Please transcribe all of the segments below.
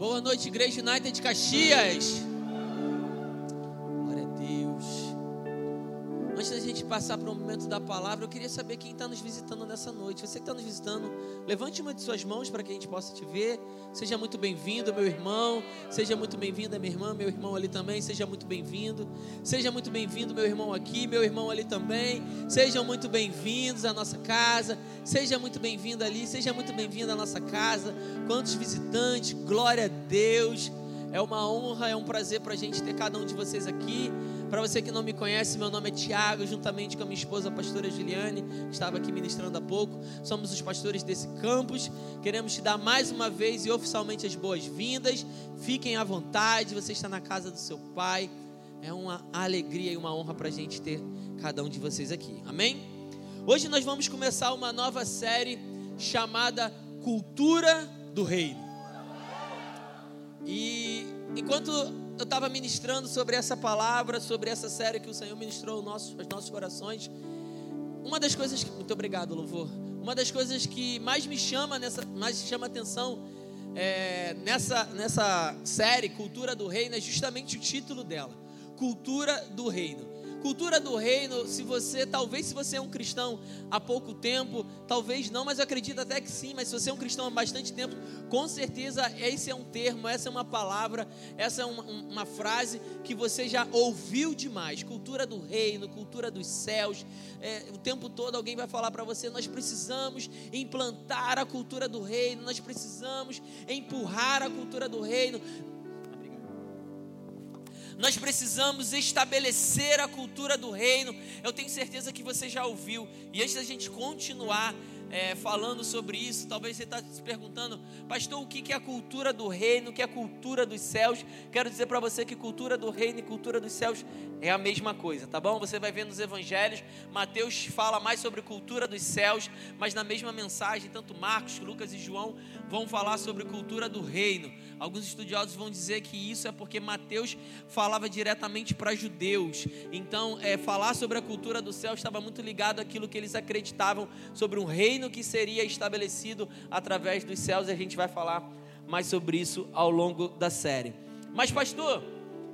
Boa noite, Igreja United de Caxias. Glória a Deus. Antes da gente passar para o momento da palavra, eu queria saber quem está nos visitando nessa noite. Você que está nos visitando, levante uma de suas mãos para que a gente possa te ver. Seja muito bem-vindo, meu irmão. Seja muito bem-vinda, minha irmã. Meu irmão ali também, seja muito bem-vindo. Seja muito bem-vindo, meu irmão aqui, meu irmão ali também. Sejam muito bem-vindos à nossa casa. Seja muito bem-vindo ali, seja muito bem-vindo à nossa casa. Quantos visitantes, glória a Deus. É uma honra, é um prazer para a gente ter cada um de vocês aqui. Para você que não me conhece, meu nome é Tiago, juntamente com a minha esposa, a pastora Juliane, que estava aqui ministrando há pouco. Somos os pastores desse campus. Queremos te dar mais uma vez e oficialmente as boas-vindas. Fiquem à vontade, você está na casa do seu pai. É uma alegria e uma honra para a gente ter cada um de vocês aqui. Amém? Hoje nós vamos começar uma nova série chamada Cultura do Reino. E enquanto eu estava ministrando sobre essa palavra, sobre essa série que o Senhor ministrou aos nossos corações, uma das coisas que... Muito obrigado, louvor. Uma das coisas que mais me chama atenção nessa série, Cultura do Reino, é justamente o título dela, Cultura do Reino. Cultura do Reino, se você é um cristão há pouco tempo, talvez não, mas eu acredito até que sim, mas se você é um cristão há bastante tempo, com certeza esse é um termo, essa é uma palavra, essa é uma frase que você já ouviu demais. Cultura do Reino, cultura dos céus. O tempo todo alguém vai falar para você: nós precisamos implantar a cultura do reino, nós precisamos empurrar a cultura do reino. Nós precisamos estabelecer a cultura do reino. Eu tenho certeza que você já ouviu. E antes da gente continuar falando sobre isso, talvez você está se perguntando: pastor, o que é a cultura do reino? O que é a cultura dos céus? Quero dizer para você que cultura do reino e cultura dos céus é a mesma coisa, tá bom? Você vai ver nos evangelhos, Mateus fala mais sobre cultura dos céus, mas na mesma mensagem, tanto Marcos, Lucas e João vão falar sobre cultura do reino. Alguns estudiosos vão dizer que isso é porque Mateus falava diretamente para judeus. Então, falar sobre a cultura do céu estava muito ligado àquilo que eles acreditavam sobre um reino que seria estabelecido através dos céus. E a gente vai falar mais sobre isso ao longo da série. Mas, pastor,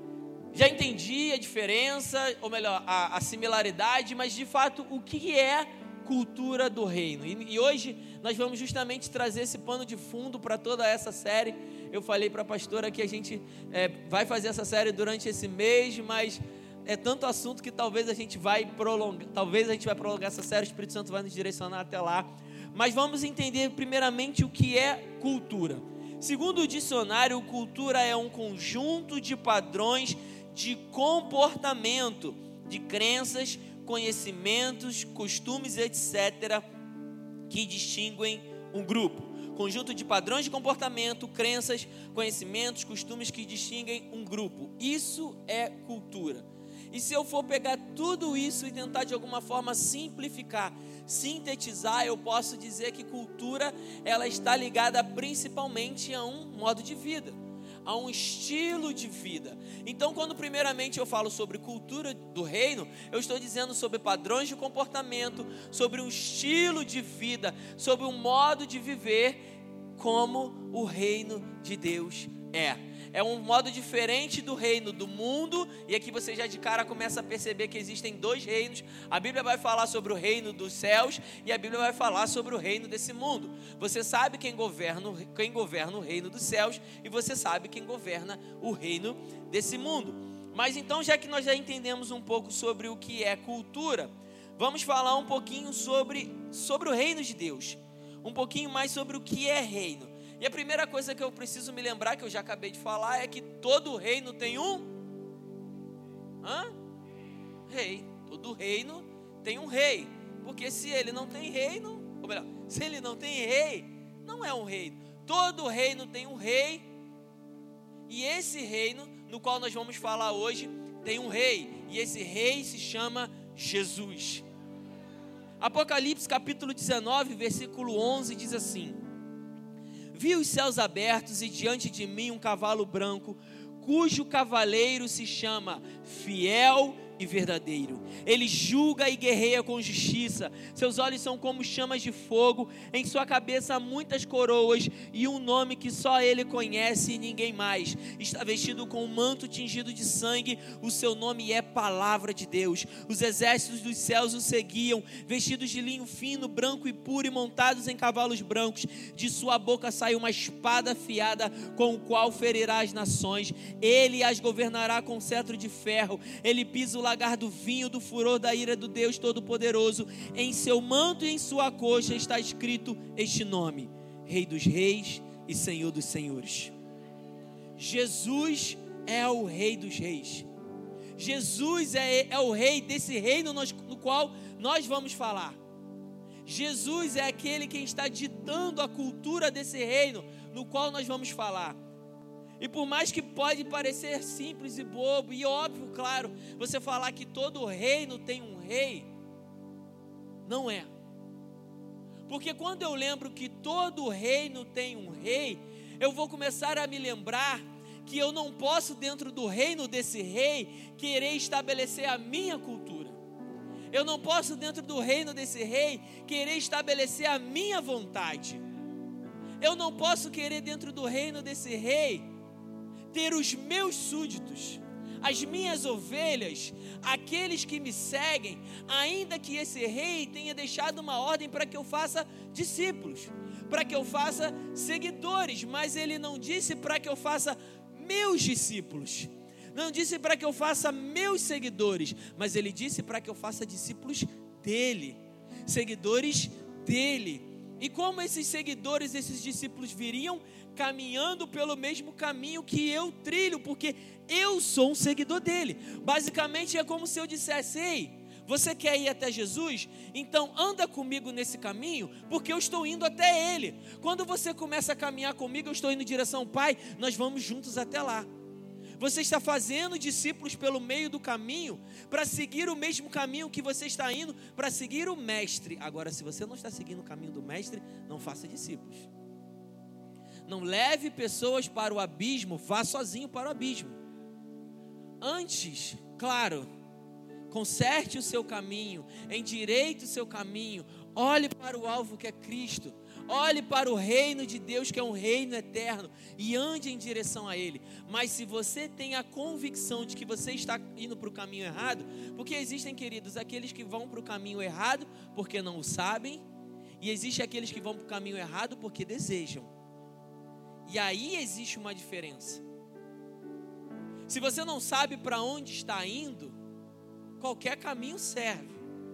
já entendi a diferença, ou melhor, a similaridade, mas de fato, o que é cultura do reino? E hoje nós vamos justamente trazer esse pano de fundo para toda essa série. Eu falei para a pastora que a gente vai fazer essa série durante esse mês, mas é tanto assunto que talvez a gente vai prolongar essa série. O Espírito Santo vai nos direcionar até lá. Mas vamos entender primeiramente o que é cultura. Segundo o dicionário, cultura é um conjunto de padrões de comportamento, de crenças, conhecimentos, costumes, etc., que distinguem um grupo. Conjunto de padrões de comportamento, crenças, conhecimentos, costumes que distinguem um grupo. Isso é cultura. E se eu for pegar tudo isso e tentar de alguma forma simplificar, sintetizar, eu posso dizer que cultura, ela está ligada principalmente a um modo de vida, a um estilo de vida. Então, quando primeiramente eu falo sobre cultura do reino, eu estou dizendo sobre padrões de comportamento, sobre um estilo de vida, sobre um modo de viver como o reino de Deus é. É um modo diferente do reino do mundo, e aqui você já de cara começa a perceber que existem dois reinos. A Bíblia vai falar sobre o reino dos céus e a Bíblia vai falar sobre o reino desse mundo. Você sabe quem governa o reino dos céus e você sabe quem governa o reino desse mundo. Mas então, já que nós já entendemos um pouco sobre o que é cultura, vamos falar um pouquinho sobre o reino de Deus, um pouquinho mais sobre o que é reino. E a primeira coisa que eu preciso me lembrar, que eu já acabei de falar, é que todo reino tem um rei. Todo reino tem um rei. Porque se ele não tem reino, ou melhor, se ele não tem rei, não é um reino. Todo reino tem um rei. E esse reino, no qual nós vamos falar hoje, tem um rei. E esse rei se chama Jesus. Apocalipse capítulo 19, versículo 11 diz assim: vi os céus abertos e diante de mim um cavalo branco, cujo cavaleiro se chama Fiel e verdadeiro. Ele julga e guerreia com justiça. Seus olhos são como chamas de fogo. Em sua cabeça há muitas coroas e um nome que só ele conhece e ninguém mais. Está vestido com um manto tingido de sangue. O seu nome é Palavra de Deus. Os exércitos dos céus o seguiam, vestidos de linho fino, branco e puro e montados em cavalos brancos. De sua boca sai uma espada afiada com o qual ferirá as nações. Ele as governará com cetro de ferro. Ele pisa o lagar do vinho do furor da ira do Deus Todo-Poderoso. Em seu manto e em sua coxa está escrito este nome: Rei dos Reis e Senhor dos Senhores. Jesus é o Rei dos Reis. Jesus é o Rei desse reino no qual nós vamos falar. Jesus é aquele que está ditando a cultura desse reino no qual nós vamos falar. E por mais que pode parecer simples e bobo, e óbvio, claro, você falar que todo reino tem um rei, não é. Porque quando eu lembro que todo reino tem um rei, eu vou começar a me lembrar que eu não posso, dentro do reino desse rei, querer estabelecer a minha cultura. Eu não posso, dentro do reino desse rei, querer estabelecer a minha vontade. Eu não posso querer, dentro do reino desse rei, ter os meus súditos, as minhas ovelhas, aqueles que me seguem, ainda que esse rei tenha deixado uma ordem para que eu faça discípulos, para que eu faça seguidores, mas ele não disse para que eu faça meus discípulos, não disse para que eu faça meus seguidores, mas ele disse para que eu faça discípulos dele, seguidores dele. E como esses seguidores, esses discípulos viriam? Caminhando pelo mesmo caminho que eu trilho, porque eu sou um seguidor dele. Basicamente é como se eu dissesse: ei, você quer ir até Jesus? Então anda comigo nesse caminho, porque eu estou indo até ele. Quando você começa a caminhar comigo, eu estou indo em direção ao Pai, nós vamos juntos até lá. Você está fazendo discípulos pelo meio do caminho, para seguir o mesmo caminho que você está indo, para seguir o mestre. Agora, se você não está seguindo o caminho do mestre, não faça discípulos. Não leve pessoas para o abismo, vá sozinho para o abismo. Antes, claro, conserte o seu caminho, endireite o seu caminho, olhe para o alvo que é Cristo, olhe para o reino de Deus, que é um reino eterno, e ande em direção a Ele. Mas se você tem a convicção de que você está indo para o caminho errado, porque existem, queridos, aqueles que vão para o caminho errado porque não o sabem, e existem aqueles que vão para o caminho errado porque desejam. E aí existe uma diferença. Se você não sabe para onde está indo, qualquer caminho serve.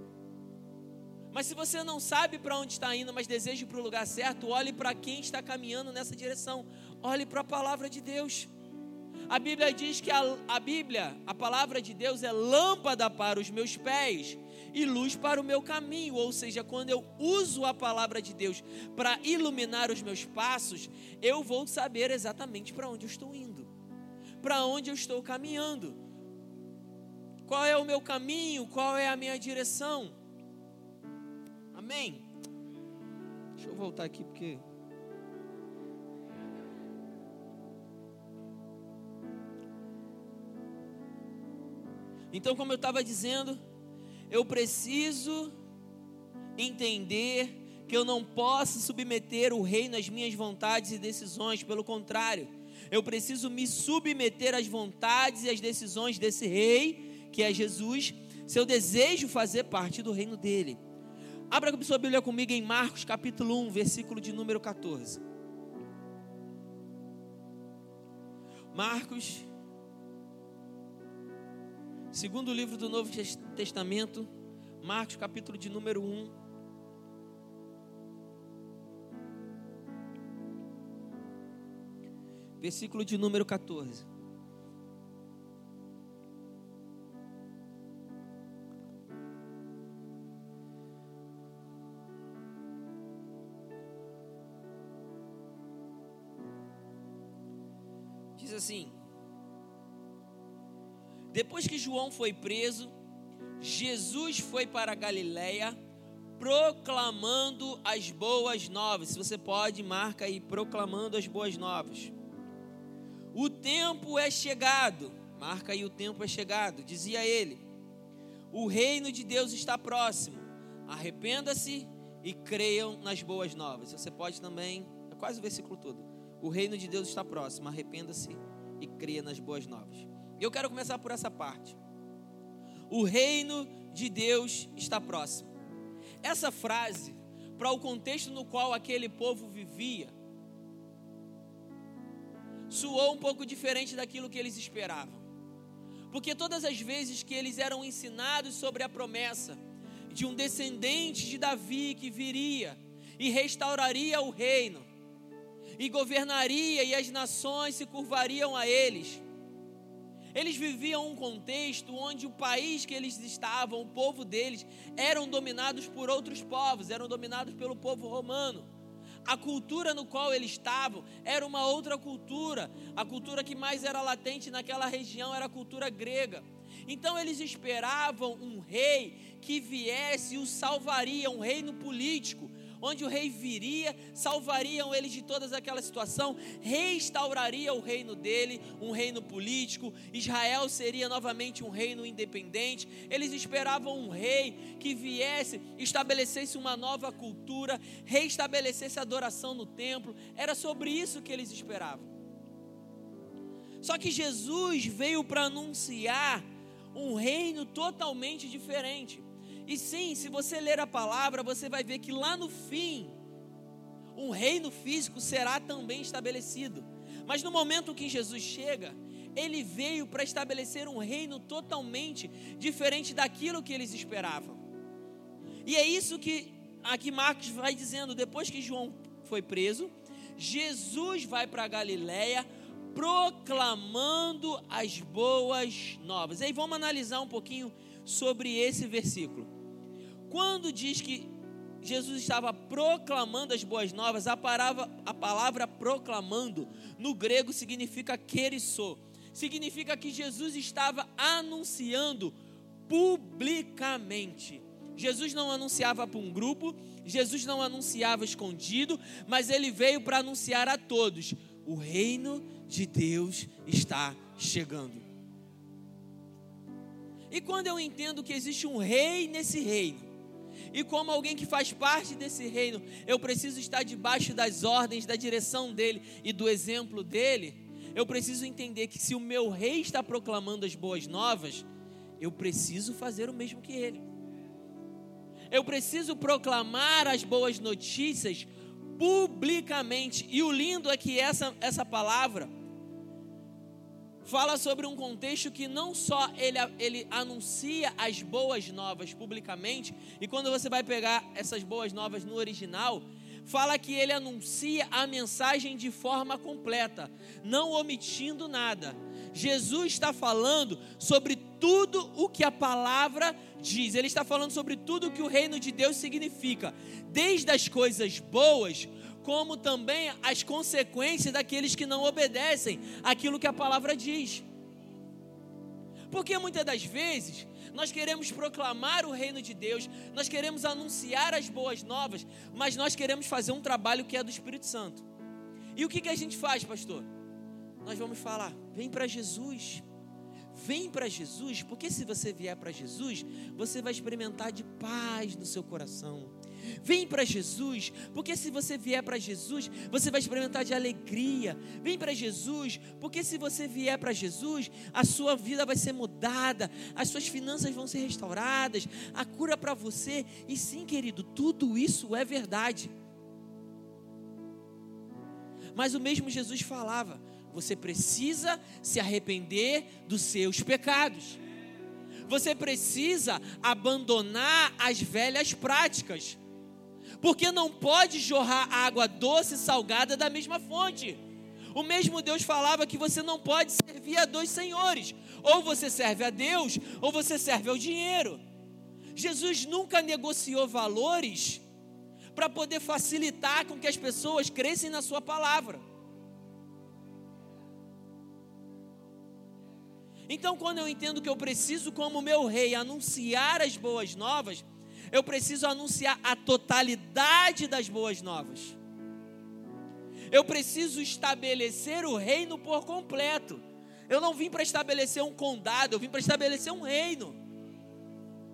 Mas se você não sabe para onde está indo, mas deseja ir para o lugar certo, olhe para quem está caminhando nessa direção. Olhe para a palavra de Deus. A Bíblia diz que a palavra de Deus é lâmpada para os meus pés e luz para o meu caminho. Ou seja, quando eu uso a palavra de Deus para iluminar os meus passos, eu vou saber exatamente para onde eu estou indo, para onde eu estou caminhando, qual é o meu caminho, qual é a minha direção. Amém? Deixa eu voltar aqui porque... Então, como eu estava dizendo, eu preciso entender que eu não posso submeter o reino às minhas vontades e decisões. Pelo contrário, eu preciso me submeter às vontades e às decisões desse rei, que é Jesus, se eu desejo fazer parte do reino dele. Abra sua Bíblia comigo em Marcos capítulo 1, versículo de número 14. Marcos, segundo livro do Novo Testamento, Marcos capítulo de número 1. Versículo de número 14. Diz assim: depois que João foi preso, Jesus foi para a Galileia, proclamando as boas novas. Se você pode, marca aí, proclamando as boas novas. O tempo é chegado, marca aí, o tempo é chegado, dizia ele. o reino de Deus está próximo. Arrependa-se e creiam nas boas novas. Você pode também, é quase o versículo todo. O reino de Deus está próximo. Arrependa-se e creia nas boas novas. E eu quero começar por essa parte. O reino de Deus está próximo. Essa frase, para o contexto no qual aquele povo vivia, soou um pouco diferente daquilo que eles esperavam. Porque todas as vezes que eles eram ensinados sobre a promessa de um descendente de Davi que viria e restauraria o reino, e governaria e as nações se curvariam a eles, eles viviam um contexto onde o país que eles estavam, o povo deles, eram dominados por outros povos, eram dominados pelo povo romano. A cultura no qual eles estavam era uma outra cultura. A cultura que mais era latente naquela região era a cultura grega. Então eles esperavam um rei que viesse e os salvaria, um reino político, onde o rei viria, salvariam eles de toda aquela situação, restauraria o reino dele, um reino político. Israel seria novamente um reino independente. Eles esperavam um rei que viesse, estabelecesse uma nova cultura, restabelecesse a adoração no templo. Era sobre isso que eles esperavam. Só que Jesus veio para anunciar um reino totalmente diferente. E sim, se você ler a palavra, você vai ver que lá no fim, um reino físico será também estabelecido. Mas no momento que Jesus chega, ele veio para estabelecer um reino totalmente diferente daquilo que eles esperavam. E é isso que aqui Marcos vai dizendo. Depois que João foi preso, Jesus vai para Galileia proclamando as boas novas. E aí vamos analisar um pouquinho sobre esse versículo. Quando diz que Jesus estava proclamando as boas novas, a palavra proclamando no grego significa querissô. Significa que Jesus estava anunciando publicamente. Jesus não anunciava para um grupo, Jesus não anunciava escondido, mas ele veio para anunciar a todos: o reino de Deus está chegando. E quando eu entendo que existe um rei nesse reino, e como alguém que faz parte desse reino, eu preciso estar debaixo das ordens, da direção dele e do exemplo dele, eu preciso entender que se o meu rei está proclamando as boas novas, eu preciso fazer o mesmo que ele. Eu preciso proclamar as boas notícias publicamente. E o lindo é que essa palavra fala sobre um contexto que não só ele anuncia as boas novas publicamente, e quando você vai pegar essas boas novas no original, fala que ele anuncia a mensagem de forma completa, não omitindo nada. Jesus está falando sobre tudo o que a palavra diz. Ele está falando sobre tudo o que o reino de Deus significa, desde as coisas boas, como também as consequências daqueles que não obedecem àquilo que a palavra diz. Porque muitas das vezes nós queremos proclamar o reino de Deus, nós queremos anunciar as boas novas, mas nós queremos fazer um trabalho que é do Espírito Santo. E o que a gente faz, pastor? Nós vamos falar: vem para Jesus. Vem para Jesus, porque se você vier para Jesus, você vai experimentar de paz no seu coração. Vem para Jesus, porque se você vier para Jesus, você vai experimentar de alegria. Vem para Jesus, porque se você vier para Jesus, a sua vida vai ser mudada, as suas finanças vão ser restauradas, a cura para você. E sim, querido, tudo isso é verdade. Mas o mesmo Jesus falava: você precisa se arrepender dos seus pecados. Você precisa abandonar as velhas práticas. Porque não pode jorrar água doce e salgada da mesma fonte. O mesmo Deus falava que você não pode servir a dois senhores. Ou você serve a Deus, ou você serve ao dinheiro. Jesus nunca negociou valores para poder facilitar com que as pessoas crescem na sua palavra. Então, quando eu entendo que eu preciso, como meu rei, anunciar as boas novas, eu preciso anunciar a totalidade das boas novas. Eu preciso estabelecer o reino por completo. Eu não vim para estabelecer um condado, eu vim para estabelecer um reino.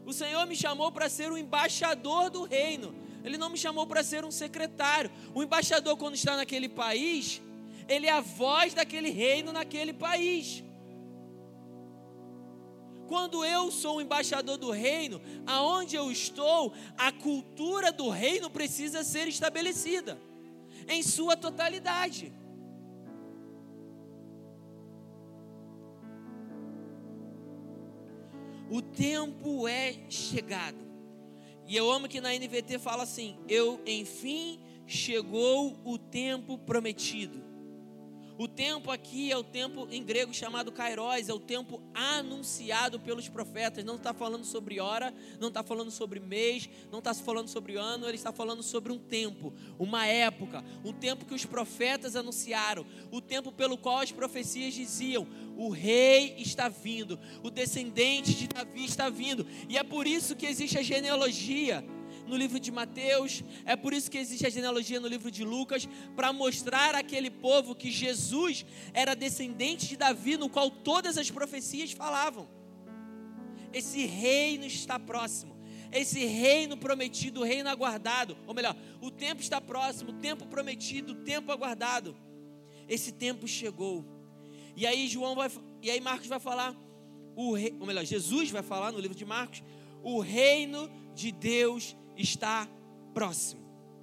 O Senhor me chamou para ser um embaixador do reino. Ele não me chamou para ser um secretário. O embaixador, quando está naquele país, ele é a voz daquele reino naquele país. Quando eu sou um embaixador do reino, aonde eu estou, a cultura do reino precisa ser estabelecida em sua totalidade. O tempo é chegado. E eu amo que na NVT fala assim: enfim, chegou o tempo prometido. O tempo aqui é o tempo em grego chamado kairos, é o tempo anunciado pelos profetas. Não está falando sobre hora, não está falando sobre mês, não está falando sobre ano, ele está falando sobre um tempo, uma época, um tempo que os profetas anunciaram, o tempo pelo qual as profecias diziam: o rei está vindo, o descendente de Davi está vindo. E é por isso que existe a genealogia no livro de Mateus, é por isso que existe a genealogia no livro de Lucas, para mostrar àquele povo que Jesus era descendente de Davi, no qual todas as profecias falavam. Esse reino está próximo, esse reino prometido, o reino aguardado, ou melhor, o tempo está próximo, o tempo prometido, o tempo aguardado. Esse tempo chegou. E aí Marcos vai falar, Jesus vai falar no livro de Marcos, o reino de Deus está próximo.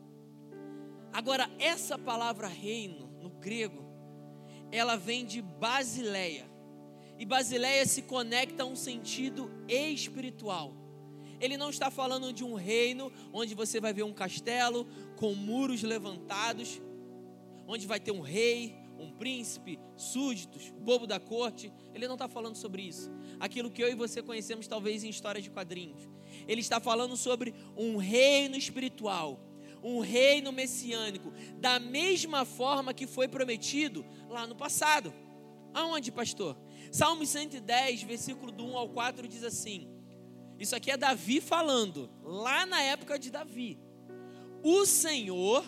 Agora, essa palavra reino, no grego, ela vem de Basileia. E Basileia se conecta a um sentido espiritual. Ele não está falando de um reino onde você vai ver um castelo com muros levantados, onde vai ter um rei, um príncipe, súditos, bobo da corte. Ele não está falando sobre isso. Aquilo que eu e você conhecemos talvez em histórias de quadrinhos. Ele está falando sobre um reino espiritual, um reino messiânico, da mesma forma que foi prometido lá no passado. Aonde, pastor? Salmo 110, versículo do 1 ao 4 diz assim, isso aqui é Davi falando, lá na época de Davi: o Senhor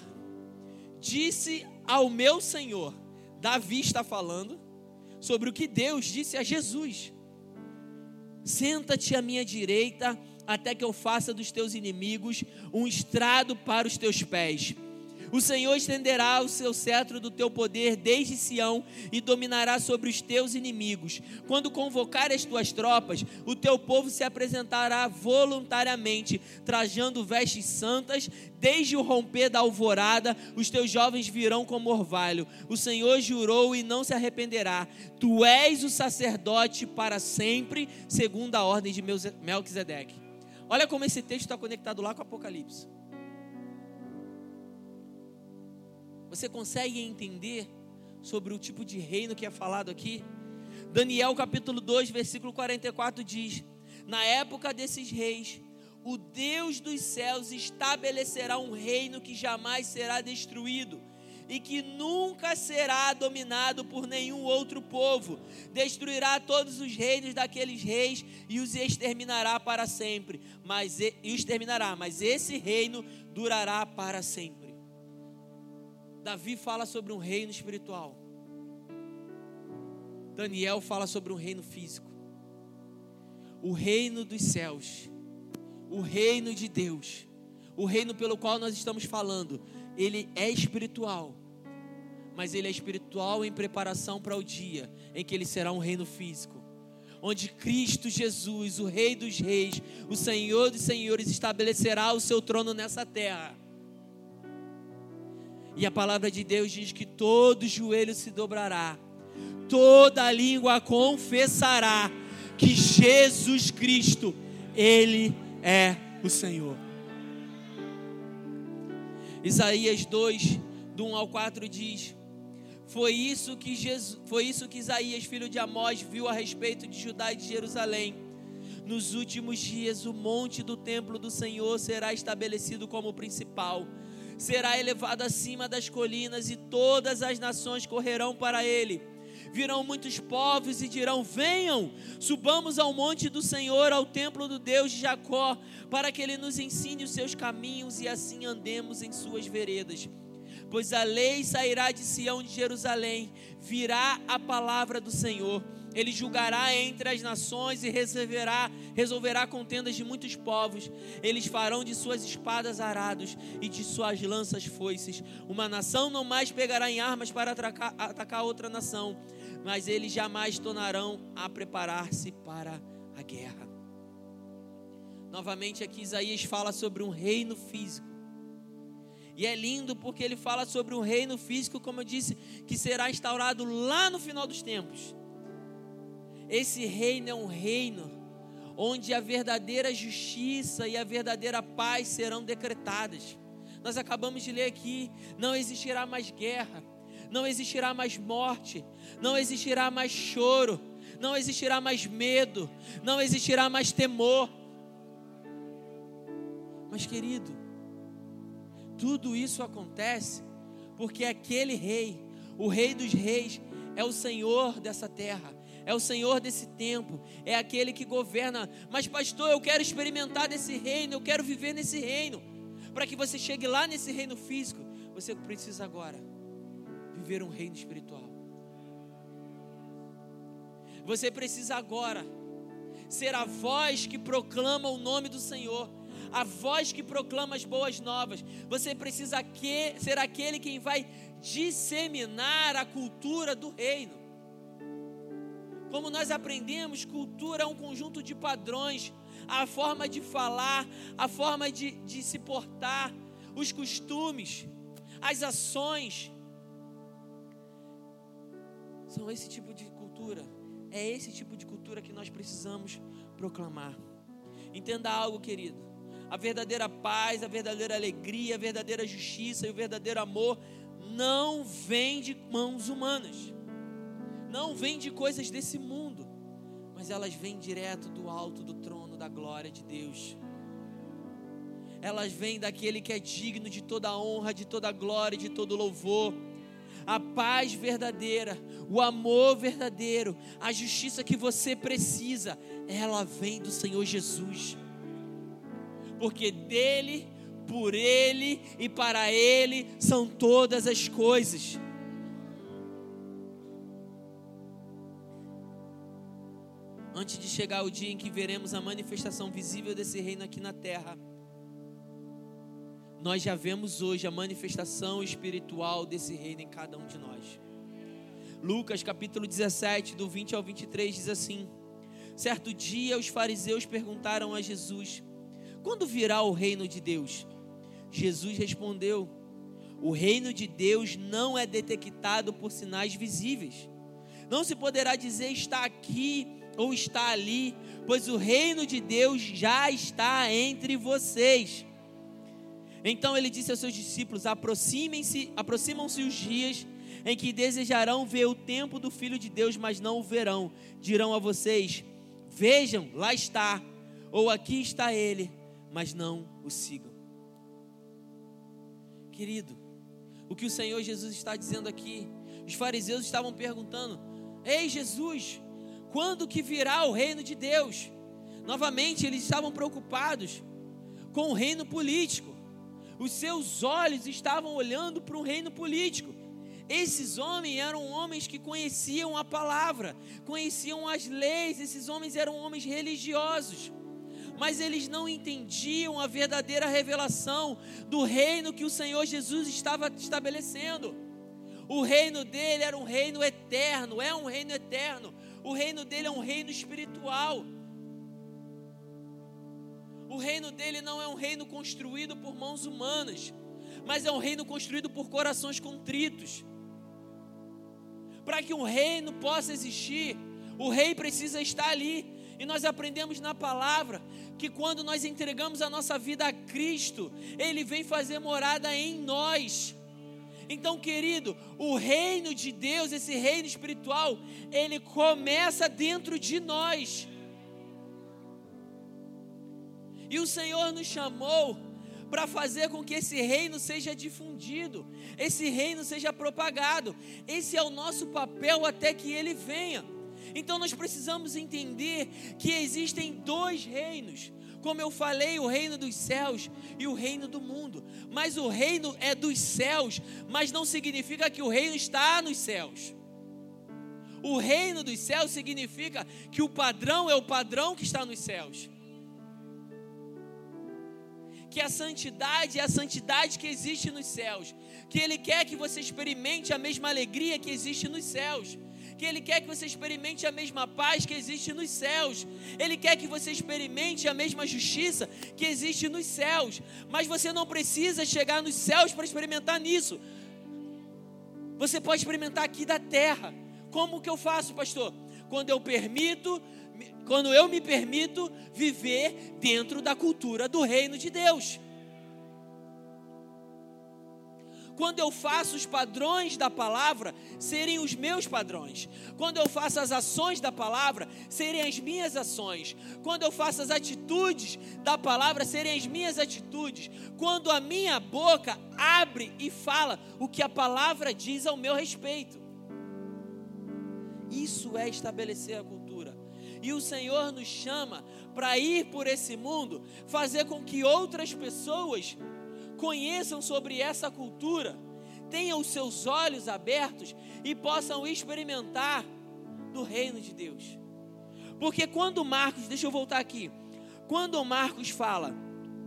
disse ao meu Senhor. Davi está falando sobre o que Deus disse a Jesus: senta-te à minha direita, até que eu faça dos teus inimigos um estrado para os teus pés. O Senhor estenderá o seu cetro do teu poder desde Sião e dominará sobre os teus inimigos. Quando convocar as tuas tropas, o teu povo se apresentará voluntariamente, trajando vestes santas. Desde o romper da alvorada, os teus jovens virão como orvalho. O Senhor jurou e não se arrependerá. Tu és o sacerdote para sempre, segundo a ordem de Melquisedeque. Olha como esse texto está conectado lá com o Apocalipse. Você consegue entender sobre o tipo de reino que é falado aqui? Daniel capítulo 2, versículo 44 diz: na época desses reis, o Deus dos céus estabelecerá um reino que jamais será destruído e que nunca será dominado por nenhum outro povo. Destruirá todos os reinos daqueles reis e os exterminará para sempre. Mas esse reino durará para sempre. Davi fala sobre um reino espiritual. Daniel fala sobre um reino físico. O reino dos céus, o reino de Deus, o reino pelo qual nós estamos falando, ele é espiritual, mas ele é espiritual em preparação para o dia em que ele será um reino físico, onde Cristo Jesus, o Rei dos Reis, o Senhor dos Senhores, estabelecerá o seu trono nessa terra. E a palavra de Deus diz que todo joelho se dobrará, toda língua confessará que Jesus Cristo, Ele é o Senhor. Isaías 2, do 1 ao 4 diz: Foi isso que Isaías, filho de Amós, viu a respeito de Judá e de Jerusalém. Nos últimos dias, o monte do templo do Senhor será estabelecido como principal. Será elevado acima das colinas e todas as nações correrão para ele. Virão muitos povos e dirão: venham, subamos ao monte do Senhor, ao templo do Deus de Jacó, para que ele nos ensine os seus caminhos e assim andemos em suas veredas. Pois a lei sairá de Sião, de Jerusalém, virá a palavra do Senhor, Ele julgará entre as nações e resolverá contendas de muitos povos. Eles farão de suas espadas arados e de suas lanças foices. Uma nação não mais pegará em armas para atacar outra nação, mas eles jamais tornarão a preparar-se para a guerra. Novamente aqui Isaías fala sobre um reino físico. E é lindo porque ele fala sobre um reino físico, como eu disse, que será instaurado lá no final dos tempos. Esse reino é um reino onde a verdadeira justiça e a verdadeira paz serão decretadas. Nós acabamos de ler aqui, não existirá mais guerra, não existirá mais morte, não existirá mais choro, não existirá mais medo, não existirá mais temor. Mas querido, tudo isso acontece porque aquele rei, o Rei dos Reis, é o Senhor dessa terra, é o Senhor desse tempo, é aquele que governa. Mas pastor, eu quero experimentar desse reino, eu quero viver nesse reino. Para que você chegue lá nesse reino físico, você precisa agora viver um reino espiritual. Você precisa agora ser a voz que proclama o nome do Senhor, a voz que proclama as boas novas. Você precisa ser aquele quem vai disseminar a cultura do reino. Como nós aprendemos, cultura é um conjunto de padrões, a forma de falar, a forma de se portar, os costumes, as ações. São esse tipo de cultura, é esse tipo de cultura que nós precisamos proclamar. Entenda algo, querido, a verdadeira paz, a verdadeira alegria, a verdadeira justiça e o verdadeiro amor não vem de mãos humanas. Não vem de coisas desse mundo, mas elas vêm direto do alto do trono da glória de Deus. Elas vêm daquele que é digno de toda a honra, de toda a glória, de todo louvor. A paz verdadeira, o amor verdadeiro, a justiça que você precisa, ela vem do Senhor Jesus. Porque dele, por ele e para ele são todas as coisas. Antes de chegar o dia em que veremos a manifestação visível desse reino aqui na terra, nós já vemos hoje a manifestação espiritual desse reino em cada um de nós. Lucas capítulo 17, do 20 ao 23 diz assim: certo dia os fariseus perguntaram a Jesus: quando virá o reino de Deus? Jesus respondeu: o reino de Deus não é detectado por sinais visíveis. Não se poderá dizer está aqui ou está ali, pois o reino de Deus já está entre vocês. Então ele disse aos seus discípulos: aproximam-se os dias em que desejarão ver o tempo do Filho de Deus, mas não o verão. Dirão a vocês: vejam, lá está, ou aqui está ele, mas não o sigam. Querido, o que o Senhor Jesus está dizendo aqui, os fariseus estavam perguntando: ei Jesus, quando que virá o reino de Deus? Novamente eles estavam preocupados com o reino político. Os seus olhos estavam olhando para o reino político. Esses homens eram homens que conheciam a palavra, conheciam as leis. Esses homens eram homens religiosos, mas eles não entendiam a verdadeira revelação do reino que o Senhor Jesus estava estabelecendo. O reino dele era um reino eterno, é um reino eterno. O reino dele é um reino espiritual. O reino dele não é um reino construído por mãos humanas, mas é um reino construído por corações contritos. Para que um reino possa existir, o rei precisa estar ali. E nós aprendemos na palavra que quando nós entregamos a nossa vida a Cristo, ele vem fazer morada em nós. Então, querido, o reino de Deus, esse reino espiritual, ele começa dentro de nós. E o Senhor nos chamou para fazer com que esse reino seja difundido, esse reino seja propagado. Esse é o nosso papel até que ele venha. Então nós precisamos entender que existem dois reinos. Como eu falei, o reino dos céus e o reino do mundo. Mas o reino é dos céus, mas não significa que o reino está nos céus. O reino dos céus significa que o padrão é o padrão que está nos céus. Que a santidade é a santidade que existe nos céus. Que Ele quer que você experimente a mesma alegria que existe nos céus. Que Ele quer que você experimente a mesma paz que existe nos céus. Ele quer que você experimente a mesma justiça que existe nos céus. Mas você não precisa chegar nos céus para experimentar nisso. Você pode experimentar aqui da terra. Como que eu faço, pastor? Quando eu me permito viver dentro da cultura do reino de Deus. Quando eu faço os padrões da palavra serem os meus padrões. Quando eu faço as ações da palavra serem as minhas ações. Quando eu faço as atitudes da palavra serem as minhas atitudes. Quando a minha boca abre e fala o que a palavra diz ao meu respeito. Isso é estabelecer a cultura. E o Senhor nos chama para ir por esse mundo, fazer com que outras pessoas conheçam sobre essa cultura, tenham os seus olhos abertos e possam experimentar do reino de Deus. Porque quando Marcos, deixa eu voltar aqui, quando Marcos fala,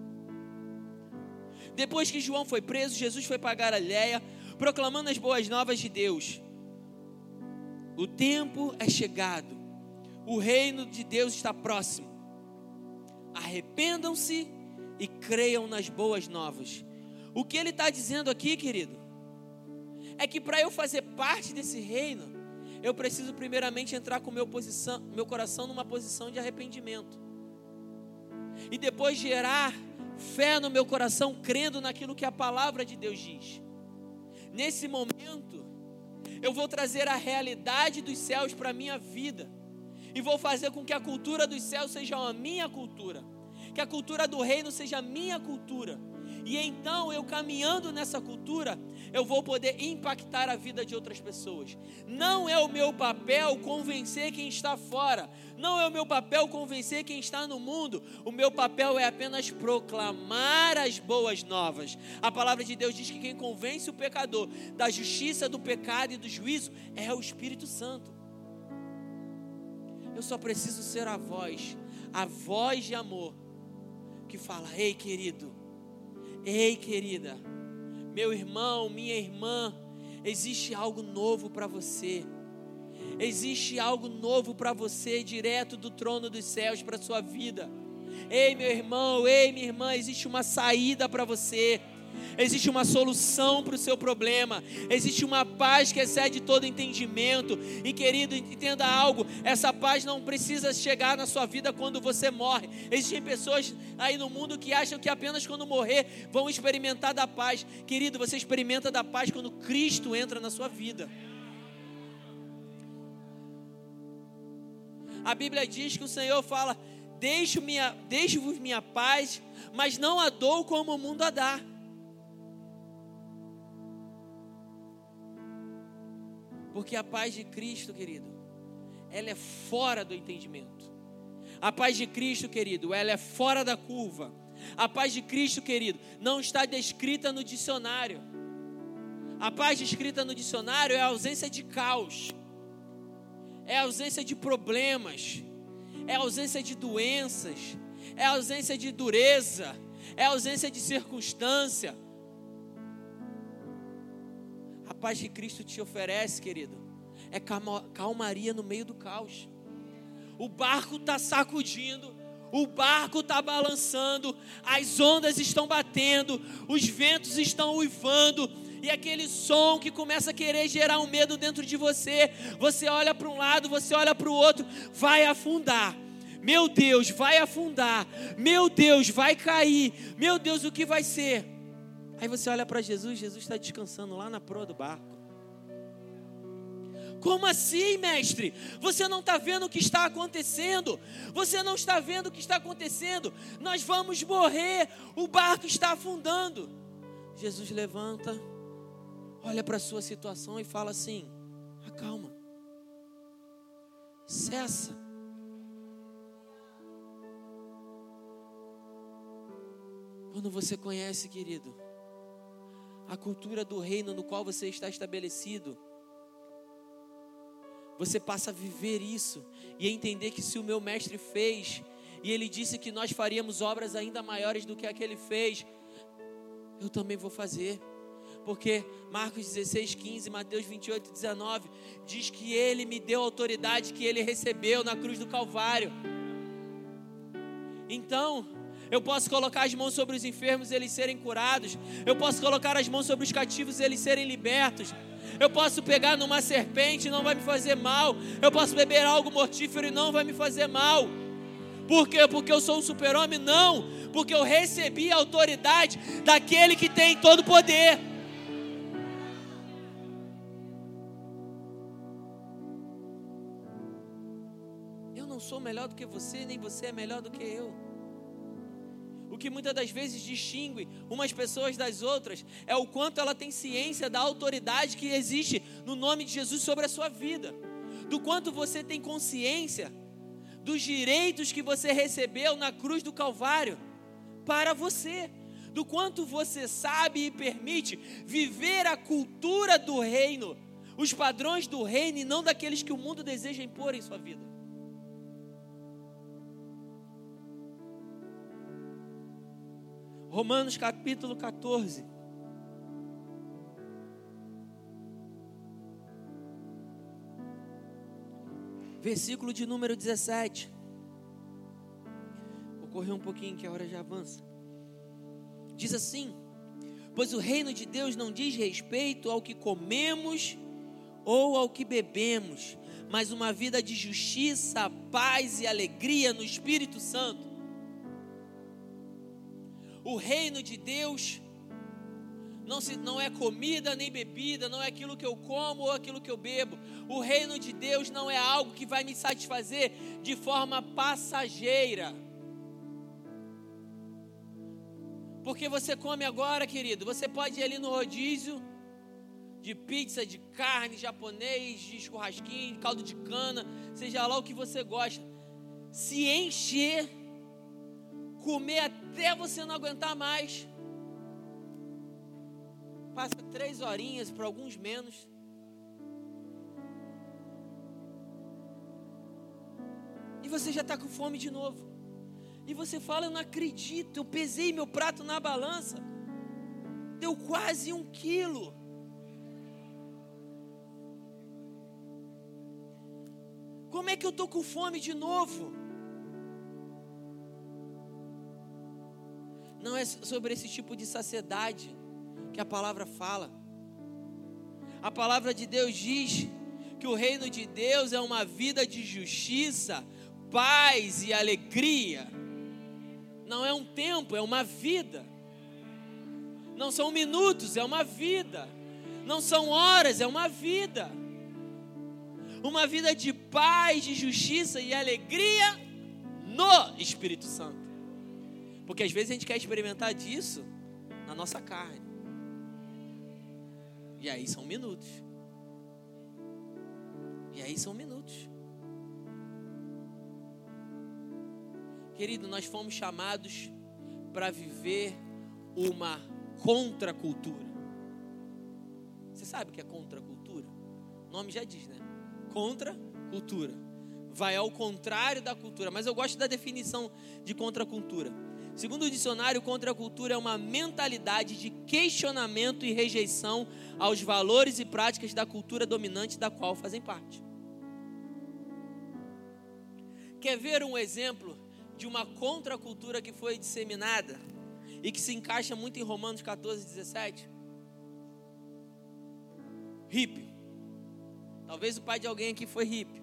depois que João foi preso, Jesus foi para a Galileia, proclamando as boas novas de Deus. O tempo é chegado, o reino de Deus está próximo. Arrependam-se e creiam nas boas novas. O que ele está dizendo aqui, querido, é que para eu fazer parte desse reino, eu preciso primeiramente entrar com meu coração numa posição de arrependimento. E depois gerar fé no meu coração, crendo naquilo que a palavra de Deus diz. Nesse momento, eu vou trazer a realidade dos céus para a minha vida. E vou fazer com que a cultura dos céus seja a minha cultura. Que a cultura do reino seja a minha cultura. E então, eu caminhando nessa cultura, eu vou poder impactar a vida de outras pessoas. Não é o meu papel convencer quem está fora. Não é o meu papel convencer quem está no mundo. O meu papel é apenas proclamar as boas novas. A palavra de Deus diz que quem convence o pecador da justiça, do pecado e do juízo é o Espírito Santo. Eu só preciso ser a voz de amor, que fala: ei, querido, ei, querida, meu irmão, minha irmã, existe algo novo para você. Existe algo novo para você, direto do trono dos céus para a sua vida. Ei, meu irmão, ei, minha irmã, existe uma saída para você. Existe uma solução para o seu problema. Existe uma paz que excede todo entendimento. E querido, entenda algo: essa paz não precisa chegar na sua vida quando você morre. Existem pessoas aí no mundo que acham que apenas quando morrer vão experimentar da paz. Querido, você experimenta da paz quando Cristo entra na sua vida. A Bíblia diz que o Senhor fala: deixo-vos minha paz, mas não a dou como o mundo a dá. Porque a paz de Cristo, querido, ela é fora do entendimento. A paz de Cristo, querido, ela é fora da curva. A paz de Cristo, querido, não está descrita no dicionário. A paz descrita no dicionário é a ausência de caos, é a ausência de problemas, é a ausência de doenças, é a ausência de dureza, é a ausência de circunstância. A paz que Cristo te oferece, querido, é calmaria no meio do caos. O barco está sacudindo, o barco está balançando, as ondas estão batendo, os ventos estão uivando, e aquele som que começa a querer gerar um medo dentro de você. Você olha para um lado, você olha para o outro, vai afundar. Meu Deus, vai afundar. Meu Deus, vai cair. Meu Deus, o que vai ser? Aí você olha para Jesus, Jesus está descansando lá na proa do barco. Como assim, mestre? Você não está vendo o que está acontecendo? Você não está vendo o que está acontecendo? Nós vamos morrer, o barco está afundando. Jesus levanta, olha para a sua situação e fala assim: acalma, cessa. Quando você conhece, querido, a cultura do reino no qual você está estabelecido, você passa a viver isso e a entender que se o meu mestre fez, e ele disse que nós faríamos obras ainda maiores do que a que ele fez, eu também vou fazer. Porque Marcos 16:15, Mateus 28:19 diz que ele me deu a autoridade que ele recebeu na cruz do Calvário. Então, eu posso colocar as mãos sobre os enfermos e eles serem curados. Eu posso colocar as mãos sobre os cativos e eles serem libertos. Eu posso pegar numa serpente e não vai me fazer mal. Eu posso beber algo mortífero e não vai me fazer mal. Por quê? Porque eu sou um super-homem? Não. Porque eu recebi a autoridade daquele que tem todo o poder. Eu não sou melhor do que você, nem você é melhor do que eu. O que muitas das vezes distingue umas pessoas das outras é o quanto ela tem ciência da autoridade que existe no nome de Jesus sobre a sua vida. Do quanto você tem consciência dos direitos que você recebeu na cruz do Calvário para você. Do quanto você sabe e permite viver a cultura do reino, os padrões do reino e não daqueles que o mundo deseja impor em sua vida. Romanos capítulo 14. Versículo de número 17. Vou correr um pouquinho que a hora já avança. Diz assim: pois o reino de Deus não diz respeito ao que comemos ou ao que bebemos, mas uma vida de justiça, paz e alegria no Espírito Santo. O reino de Deus não é comida nem bebida, não é aquilo que eu como ou aquilo que eu bebo. O reino de Deus não é algo que vai me satisfazer de forma passageira. Porque você come agora, querido, você pode ir ali no rodízio de pizza, de carne, japonês, de churrasquinho, de caldo de cana, seja lá o que você gosta, se encher, comer até você não aguentar mais. Passa 3 horinhas, para alguns menos. E você já está com fome de novo. E você fala: eu não acredito, eu pesei meu prato na balança, deu quase 1 quilo. Como é que eu estou com fome de novo? Não é sobre esse tipo de saciedade que a palavra fala. A palavra de Deus diz que o reino de Deus é uma vida de justiça, paz e alegria. Não é um tempo, é uma vida. Não são minutos, é uma vida. Não são horas, é uma vida. Uma vida de paz, de justiça e alegria no Espírito Santo. Porque às vezes a gente quer experimentar disso na nossa carne. E aí são minutos. Querido, nós fomos chamados para viver uma contracultura. Você sabe o que é contracultura? O nome já diz, né? Contracultura. Vai ao contrário da cultura. Mas eu gosto da definição de contracultura. Segundo o dicionário, contracultura é uma mentalidade de questionamento e rejeição aos valores e práticas da cultura dominante da qual fazem parte. Quer ver um exemplo de uma contracultura que foi disseminada e que se encaixa muito em Romanos 14:17? Hippie. Talvez o pai de alguém aqui foi hippie.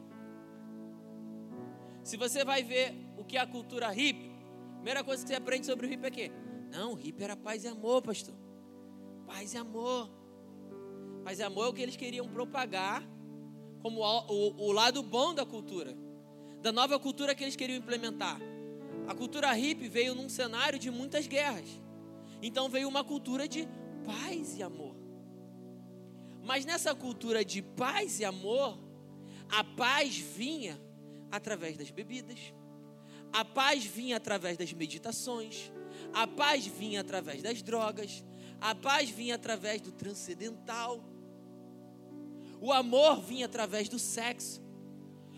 Se você vai ver o que é a cultura hippie, a primeira coisa que você aprende sobre o hippie é o quê? Não, o hippie era paz e amor, pastor. Paz e amor. Paz e amor é o que eles queriam propagar como o lado bom da cultura, da nova cultura que eles queriam implementar. A cultura hippie veio num cenário de muitas guerras. Então veio uma cultura de paz e amor. Mas nessa cultura de paz e amor, a paz vinha através das bebidas. A paz vinha através das meditações. A paz vinha através das drogas. A paz vinha através do transcendental. O amor vinha através do sexo.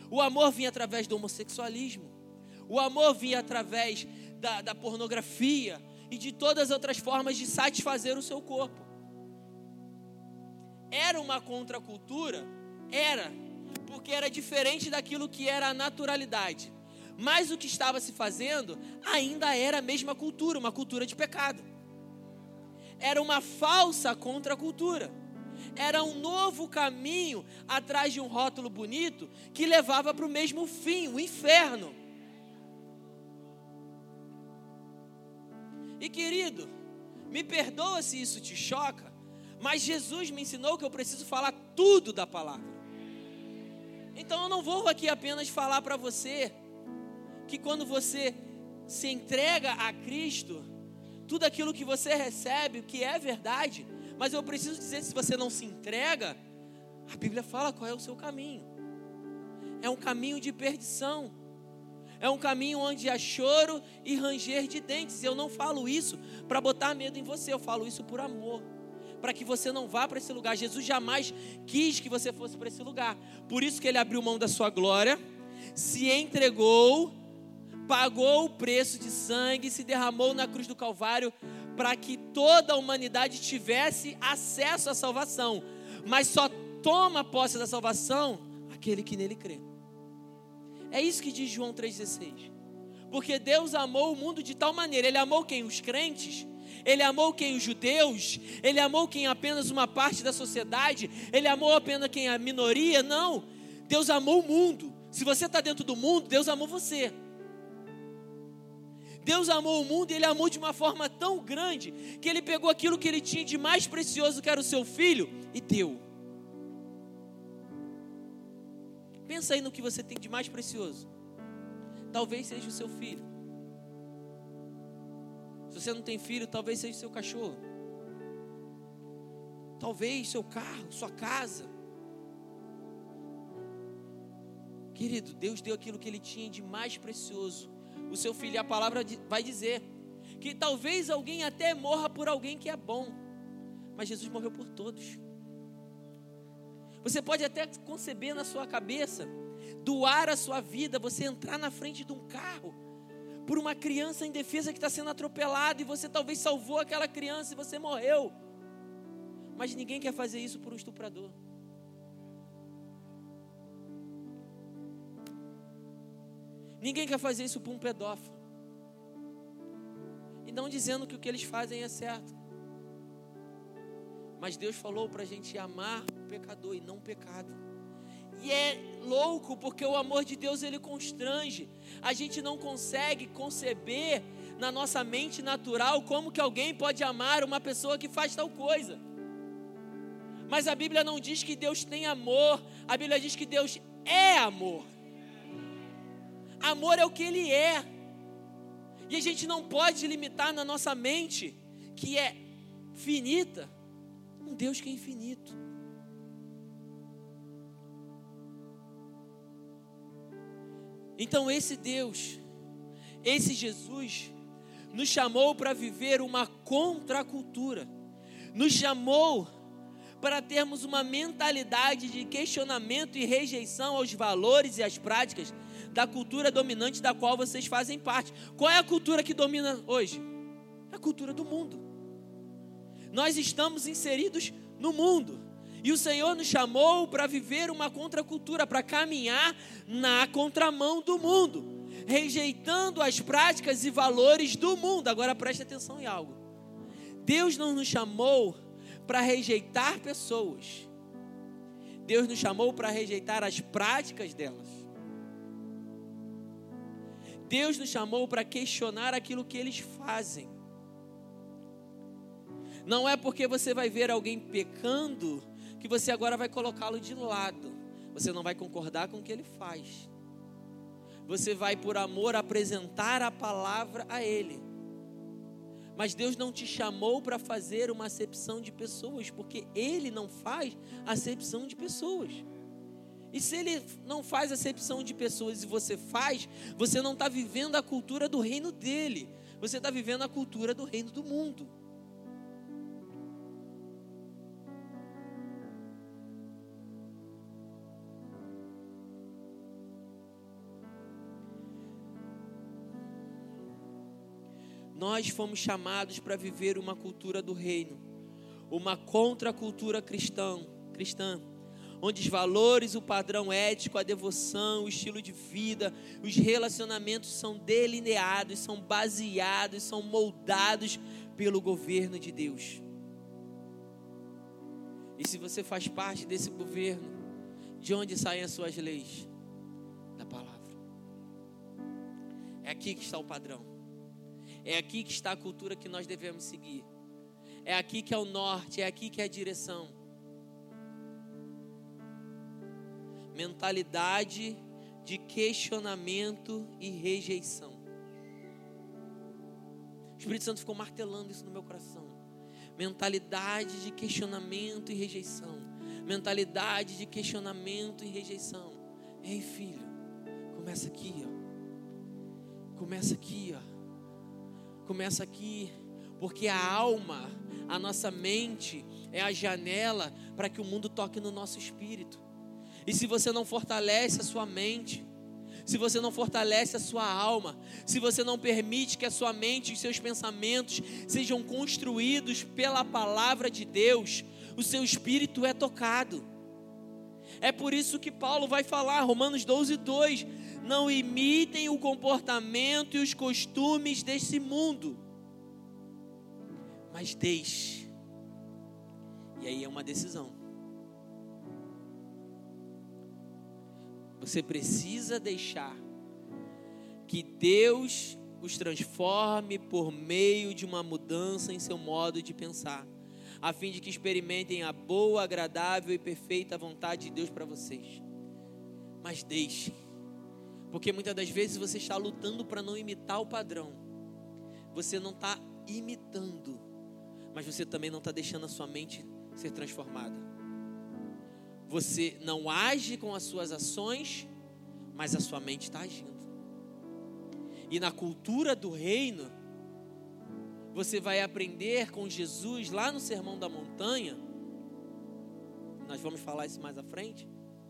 O amor vinha através do homossexualismo. O amor vinha através da pornografia e de todas as outras formas de satisfazer o seu corpo. Era uma contracultura? Era, porque era diferente daquilo que era a naturalidade. Mas o que estava se fazendo ainda era a mesma cultura, uma cultura de pecado. Era uma falsa contracultura. Era um novo caminho atrás de um rótulo bonito que levava para o mesmo fim, o inferno. E querido, me perdoa se isso te choca, mas Jesus me ensinou que eu preciso falar tudo da palavra. Então eu não vou aqui apenas falar para você que quando você se entrega a Cristo, tudo aquilo que você recebe, o que é verdade, mas eu preciso dizer, se você não se entrega, a Bíblia fala qual é o seu caminho. É um caminho de perdição. É um caminho onde há choro e ranger de dentes. E eu não falo isso para botar medo em você, eu falo isso por amor, para que você não vá para esse lugar. Jesus jamais quis que você fosse para esse lugar. Por isso que Ele abriu mão da sua glória, se entregou, pagou o preço de sangue, se derramou na cruz do Calvário, para que toda a humanidade tivesse acesso à salvação. Mas só toma posse da salvação aquele que nele crê. É isso que diz João 3,16. Porque Deus amou o mundo de tal maneira. Ele amou quem? Os crentes. Ele amou quem? Os judeus. Ele amou quem? Apenas uma parte da sociedade. Ele amou apenas quem? A minoria. Não. Deus amou o mundo. Se você está dentro do mundo, Deus amou você. Deus amou o mundo e Ele amou de uma forma tão grande que Ele pegou aquilo que Ele tinha de mais precioso, que era o seu filho, e deu. Pensa aí no que você tem de mais precioso. Talvez seja o seu filho. Se você não tem filho, talvez seja o seu cachorro. Talvez seu carro, sua casa. Querido, Deus deu aquilo que Ele tinha de mais precioso, o seu filho. E a palavra vai dizer que talvez alguém até morra por alguém que é bom, mas Jesus morreu por todos. Você pode até conceber na sua cabeça, doar a sua vida, você entrar na frente de um carro, por uma criança indefesa que está sendo atropelada, e você talvez salvou aquela criança e você morreu. Mas ninguém quer fazer isso por um estuprador. Ninguém quer fazer isso por um pedófilo. E não dizendo que o que eles fazem é certo. Mas Deus falou para a gente amar o pecador e não o pecado. E é louco, porque o amor de Deus, ele constrange. A gente não consegue conceber na nossa mente natural como que alguém pode amar uma pessoa que faz tal coisa. Mas a Bíblia não diz que Deus tem amor. A Bíblia diz que Deus é amor. Amor é o que Ele é. E a gente não pode limitar na nossa mente, que é finita, um Deus que é infinito. Então esse Deus, esse Jesus, nos chamou para viver uma contracultura. Nos chamou para termos uma mentalidade de questionamento e rejeição aos valores e às práticas da cultura dominante da qual vocês fazem parte. Qual é a cultura que domina hoje? É a cultura do mundo. Nós estamos inseridos no mundo. E o Senhor nos chamou para viver uma contracultura, para caminhar na contramão do mundo, rejeitando as práticas e valores do mundo. Agora preste atenção em algo. Deus não nos chamou para rejeitar pessoas. Deus nos chamou para rejeitar as práticas delas. Deus nos chamou para questionar aquilo que eles fazem. Não é porque você vai ver alguém pecando que você agora vai colocá-lo de lado. Você não vai concordar com o que ele faz. Você vai, por amor, apresentar a palavra a ele. Mas Deus não te chamou para fazer uma acepção de pessoas, porque Ele não faz acepção de pessoas. E se Ele não faz acepção de pessoas e você faz, você não está vivendo a cultura do reino dEle. Você está vivendo a cultura do reino do mundo. Nós fomos chamados para viver uma cultura do reino, uma contracultura cristã, onde os valores, o padrão ético, a devoção, o estilo de vida, os relacionamentos são delineados, são baseados, são moldados pelo governo de Deus. E se você faz parte desse governo, de onde saem as suas leis? Da palavra. É aqui que está o padrão. É aqui que está a cultura que nós devemos seguir. É aqui que é o norte, é aqui que é a direção. Mentalidade de questionamento e rejeição. O Espírito Santo ficou martelando isso no meu coração. Mentalidade de questionamento e rejeição. Mentalidade de questionamento e rejeição. Ei, filho, começa aqui, ó. Começa aqui, ó. Começa aqui, porque a alma, a nossa mente é a janela para que o mundo toque no nosso espírito. E se você não fortalece a sua mente, se você não fortalece a sua alma, se você não permite que a sua mente e os seus pensamentos sejam construídos pela palavra de Deus, o seu espírito é tocado. É por isso que Paulo vai falar, Romanos 12:2, não imitem o comportamento e os costumes desse mundo, mas deixe. E aí é uma decisão. Você precisa deixar que Deus os transforme por meio de uma mudança em seu modo de pensar, a fim de que experimentem a boa, agradável e perfeita vontade de Deus para vocês. Mas deixe, porque muitas das vezes você está lutando para não imitar o padrão. Você não está imitando, mas você também não está deixando a sua mente ser transformada. Você não age com as suas ações, mas a sua mente está agindo. E na cultura do reino, você vai aprender com Jesus lá no Sermão da Montanha. Nós vamos falar isso mais à frente.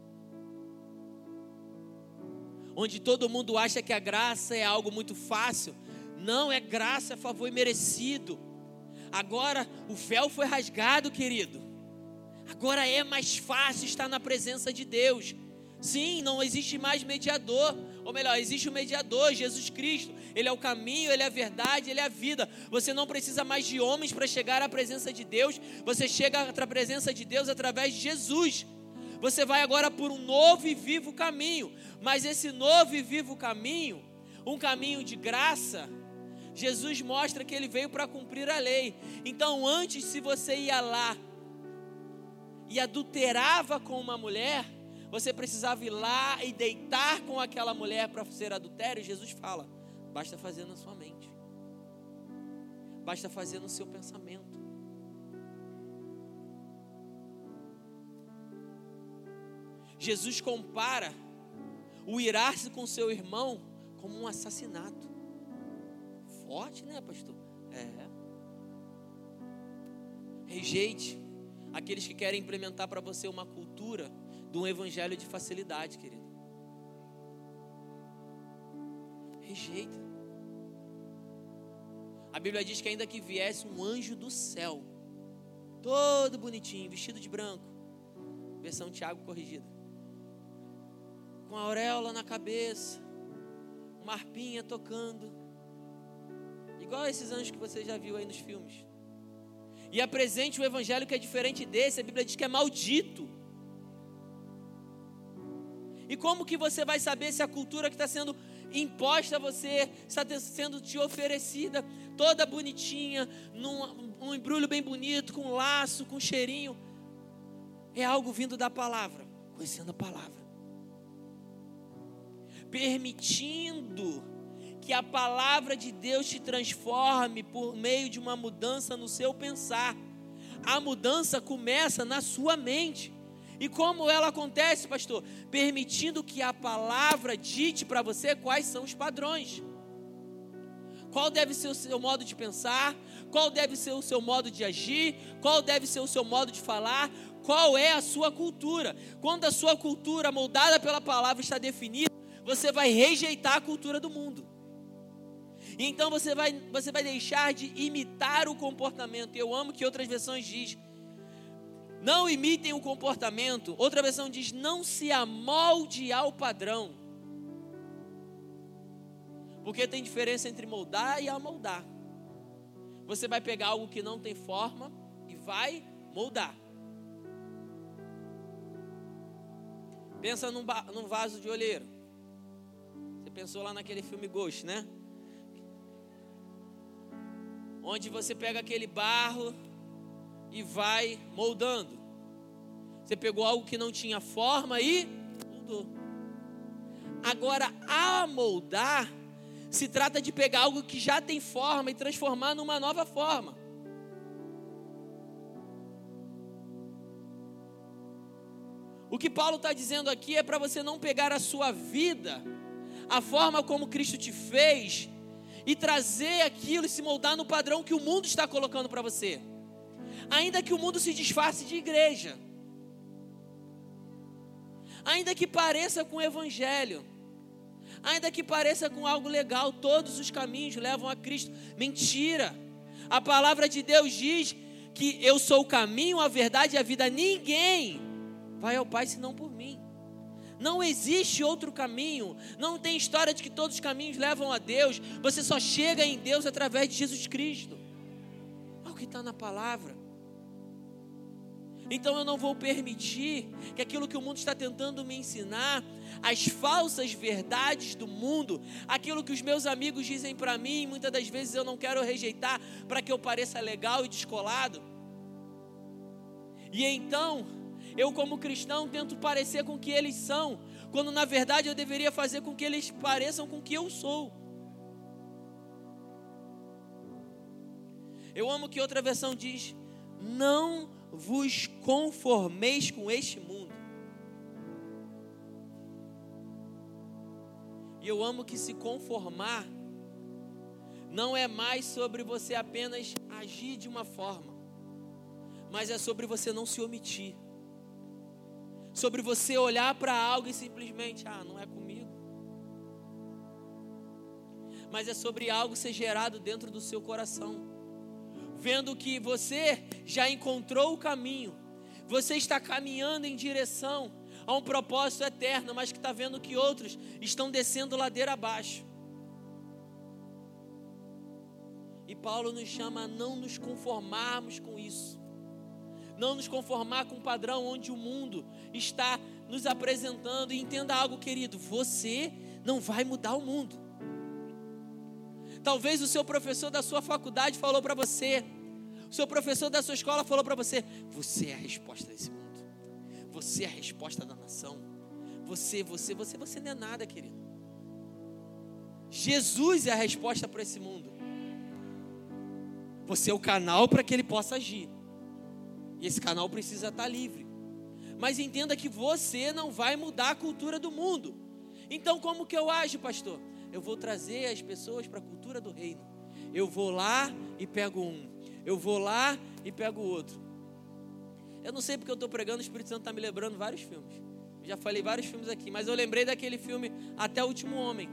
Onde todo mundo acha que a graça é algo muito fácil. Não, é graça, é favor imerecido. Agora o véu foi rasgado, querido. Agora é mais fácil estar na presença de Deus. Sim, não existe mais mediador. Ou melhor, existe o mediador, Jesus Cristo. Ele é o caminho, Ele é a verdade, Ele é a vida. Você não precisa mais de homens para chegar à presença de Deus. Você chega à presença de Deus através de Jesus. Você vai agora por um novo e vivo caminho. Mas esse novo e vivo caminho, um caminho de graça, Jesus mostra que Ele veio para cumprir a lei. Então antes, se você ia lá e adulterava com uma mulher, você precisava ir lá e deitar com aquela mulher para ser adultério. Jesus fala, basta fazer na sua mente, basta fazer no seu pensamento. Jesus compara o irar-se com seu irmão como um assassinato. Forte, né, pastor? Rejeite aqueles que querem implementar para você uma cultura de um evangelho de facilidade, querido. Rejeita. A Bíblia diz que ainda que viesse um anjo do céu, todo bonitinho, vestido de branco, versão Tiago corrigida, com a auréola na cabeça, uma harpinha tocando, igual esses anjos que você já viu aí nos filmes, e apresente um evangelho que é diferente desse, a Bíblia diz que é maldito. E como que você vai saber se a cultura que está sendo imposta a você está sendo te oferecida toda bonitinha, num embrulho bem bonito, com laço, com cheirinho? É algo vindo da palavra, conhecendo a palavra, permitindo que a palavra de Deus te transforme por meio de uma mudança no seu pensar. A mudança começa na sua mente. E como ela acontece, pastor? Permitindo que a palavra dite para você quais são os padrões. Qual deve ser o seu modo de pensar? Qual deve ser o seu modo de agir? Qual deve ser o seu modo de falar? Qual é a sua cultura? Quando a sua cultura moldada pela palavra está definida, você vai rejeitar a cultura do mundo. E então você vai deixar de imitar o comportamento. Eu amo que outras versões diz: não imitem o comportamento. Outra versão diz: não se amolde ao padrão. Porque tem diferença entre moldar e amoldar. Você vai pegar algo que não tem forma e vai moldar. Pensa num vaso de olheiro. Você pensou lá naquele filme Ghost, né? Onde você pega aquele barro e vai moldando. Você pegou algo que não tinha forma e moldou. Agora, amoldar se trata de pegar algo que já tem forma e transformar numa nova forma. O que Paulo está dizendo aqui é para você não pegar a sua vida, a forma como Cristo te fez, e trazer aquilo e se moldar no padrão que o mundo está colocando para você. Ainda que o mundo se disfarce de igreja, ainda que pareça com o evangelho, ainda que pareça com algo legal, todos os caminhos levam a Cristo. Mentira! A palavra de Deus diz que eu sou o caminho, a verdade e a vida. Ninguém vai ao Pai senão por mim. Não existe outro caminho. Não tem história de que todos os caminhos levam a Deus. Você só chega em Deus através de Jesus Cristo. É o que está na palavra. Então eu não vou permitir que aquilo que o mundo está tentando me ensinar, as falsas verdades do mundo, aquilo que os meus amigos dizem para mim, muitas das vezes eu não quero rejeitar para que eu pareça legal e descolado. E então, eu como cristão tento parecer com o que eles são, quando na verdade eu deveria fazer com que eles pareçam com o que eu sou. Eu amo que outra versão diz: não vos conformeis com este mundo. E eu amo que se conformar não é mais sobre você apenas agir de uma forma, mas é sobre você não se omitir, sobre você olhar para algo e simplesmente, não é comigo, mas é sobre algo ser gerado dentro do seu coração, vendo que você já encontrou o caminho, você está caminhando em direção a um propósito eterno, mas que está vendo que outros estão descendo ladeira abaixo. E Paulo nos chama a não nos conformarmos com isso, não nos conformar com o padrão onde o mundo está nos apresentando. E entenda algo, querido, você não vai mudar o mundo. Talvez o seu professor da sua faculdade falou para você, o seu professor da sua escola falou para você: você é a resposta desse mundo, você é a resposta da nação, você não é nada, querido. Jesus é a resposta para esse mundo. Você é o canal para que ele possa agir, e esse canal precisa estar livre. Mas entenda que você não vai mudar a cultura do mundo. Então como que eu ajo, pastor? Eu vou trazer as pessoas para a cultura do reino. Eu vou lá e pego um, eu vou lá e pego o outro. Eu não sei porque eu estou pregando, o Espírito Santo está me lembrando vários filmes. Eu já falei vários filmes aqui, mas eu lembrei daquele filme Até o Último Homem.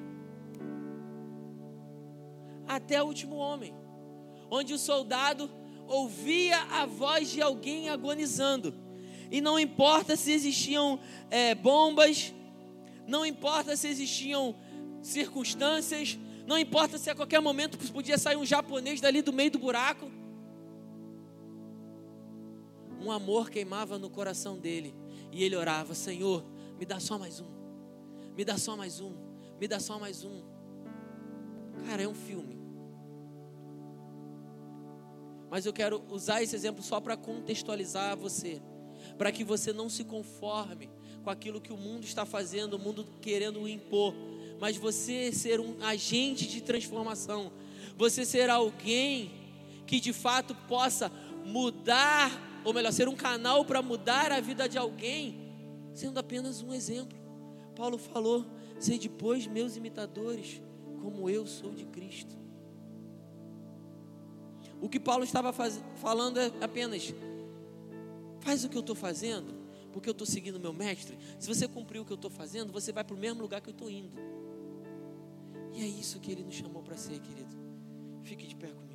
Até o Último Homem, onde o soldado ouvia a voz de alguém agonizando. E não importa se existiam bombas, não importa se existiam circunstâncias, não importa se a qualquer momento podia sair um japonês dali do meio do buraco. Um amor queimava no coração dele, e ele orava: Senhor, me dá só mais um, me dá só mais um, me dá só mais um. Cara, é um filme. Mas eu quero usar esse exemplo só para contextualizar você, para que você não se conforme com aquilo que o mundo está fazendo, o mundo querendo impor, mas você ser um agente de transformação, você ser alguém que de fato possa mudar, ou melhor, ser um canal para mudar a vida de alguém, sendo apenas um exemplo. Paulo falou: sede, pois, meus imitadores, como eu sou de Cristo. O que Paulo estava falando é apenas: faz o que eu estou fazendo, porque eu estou seguindo o meu mestre. Se você cumprir o que eu estou fazendo, você vai para o mesmo lugar que eu estou indo. E é isso que Ele nos chamou para ser, querido. Fique de pé comigo.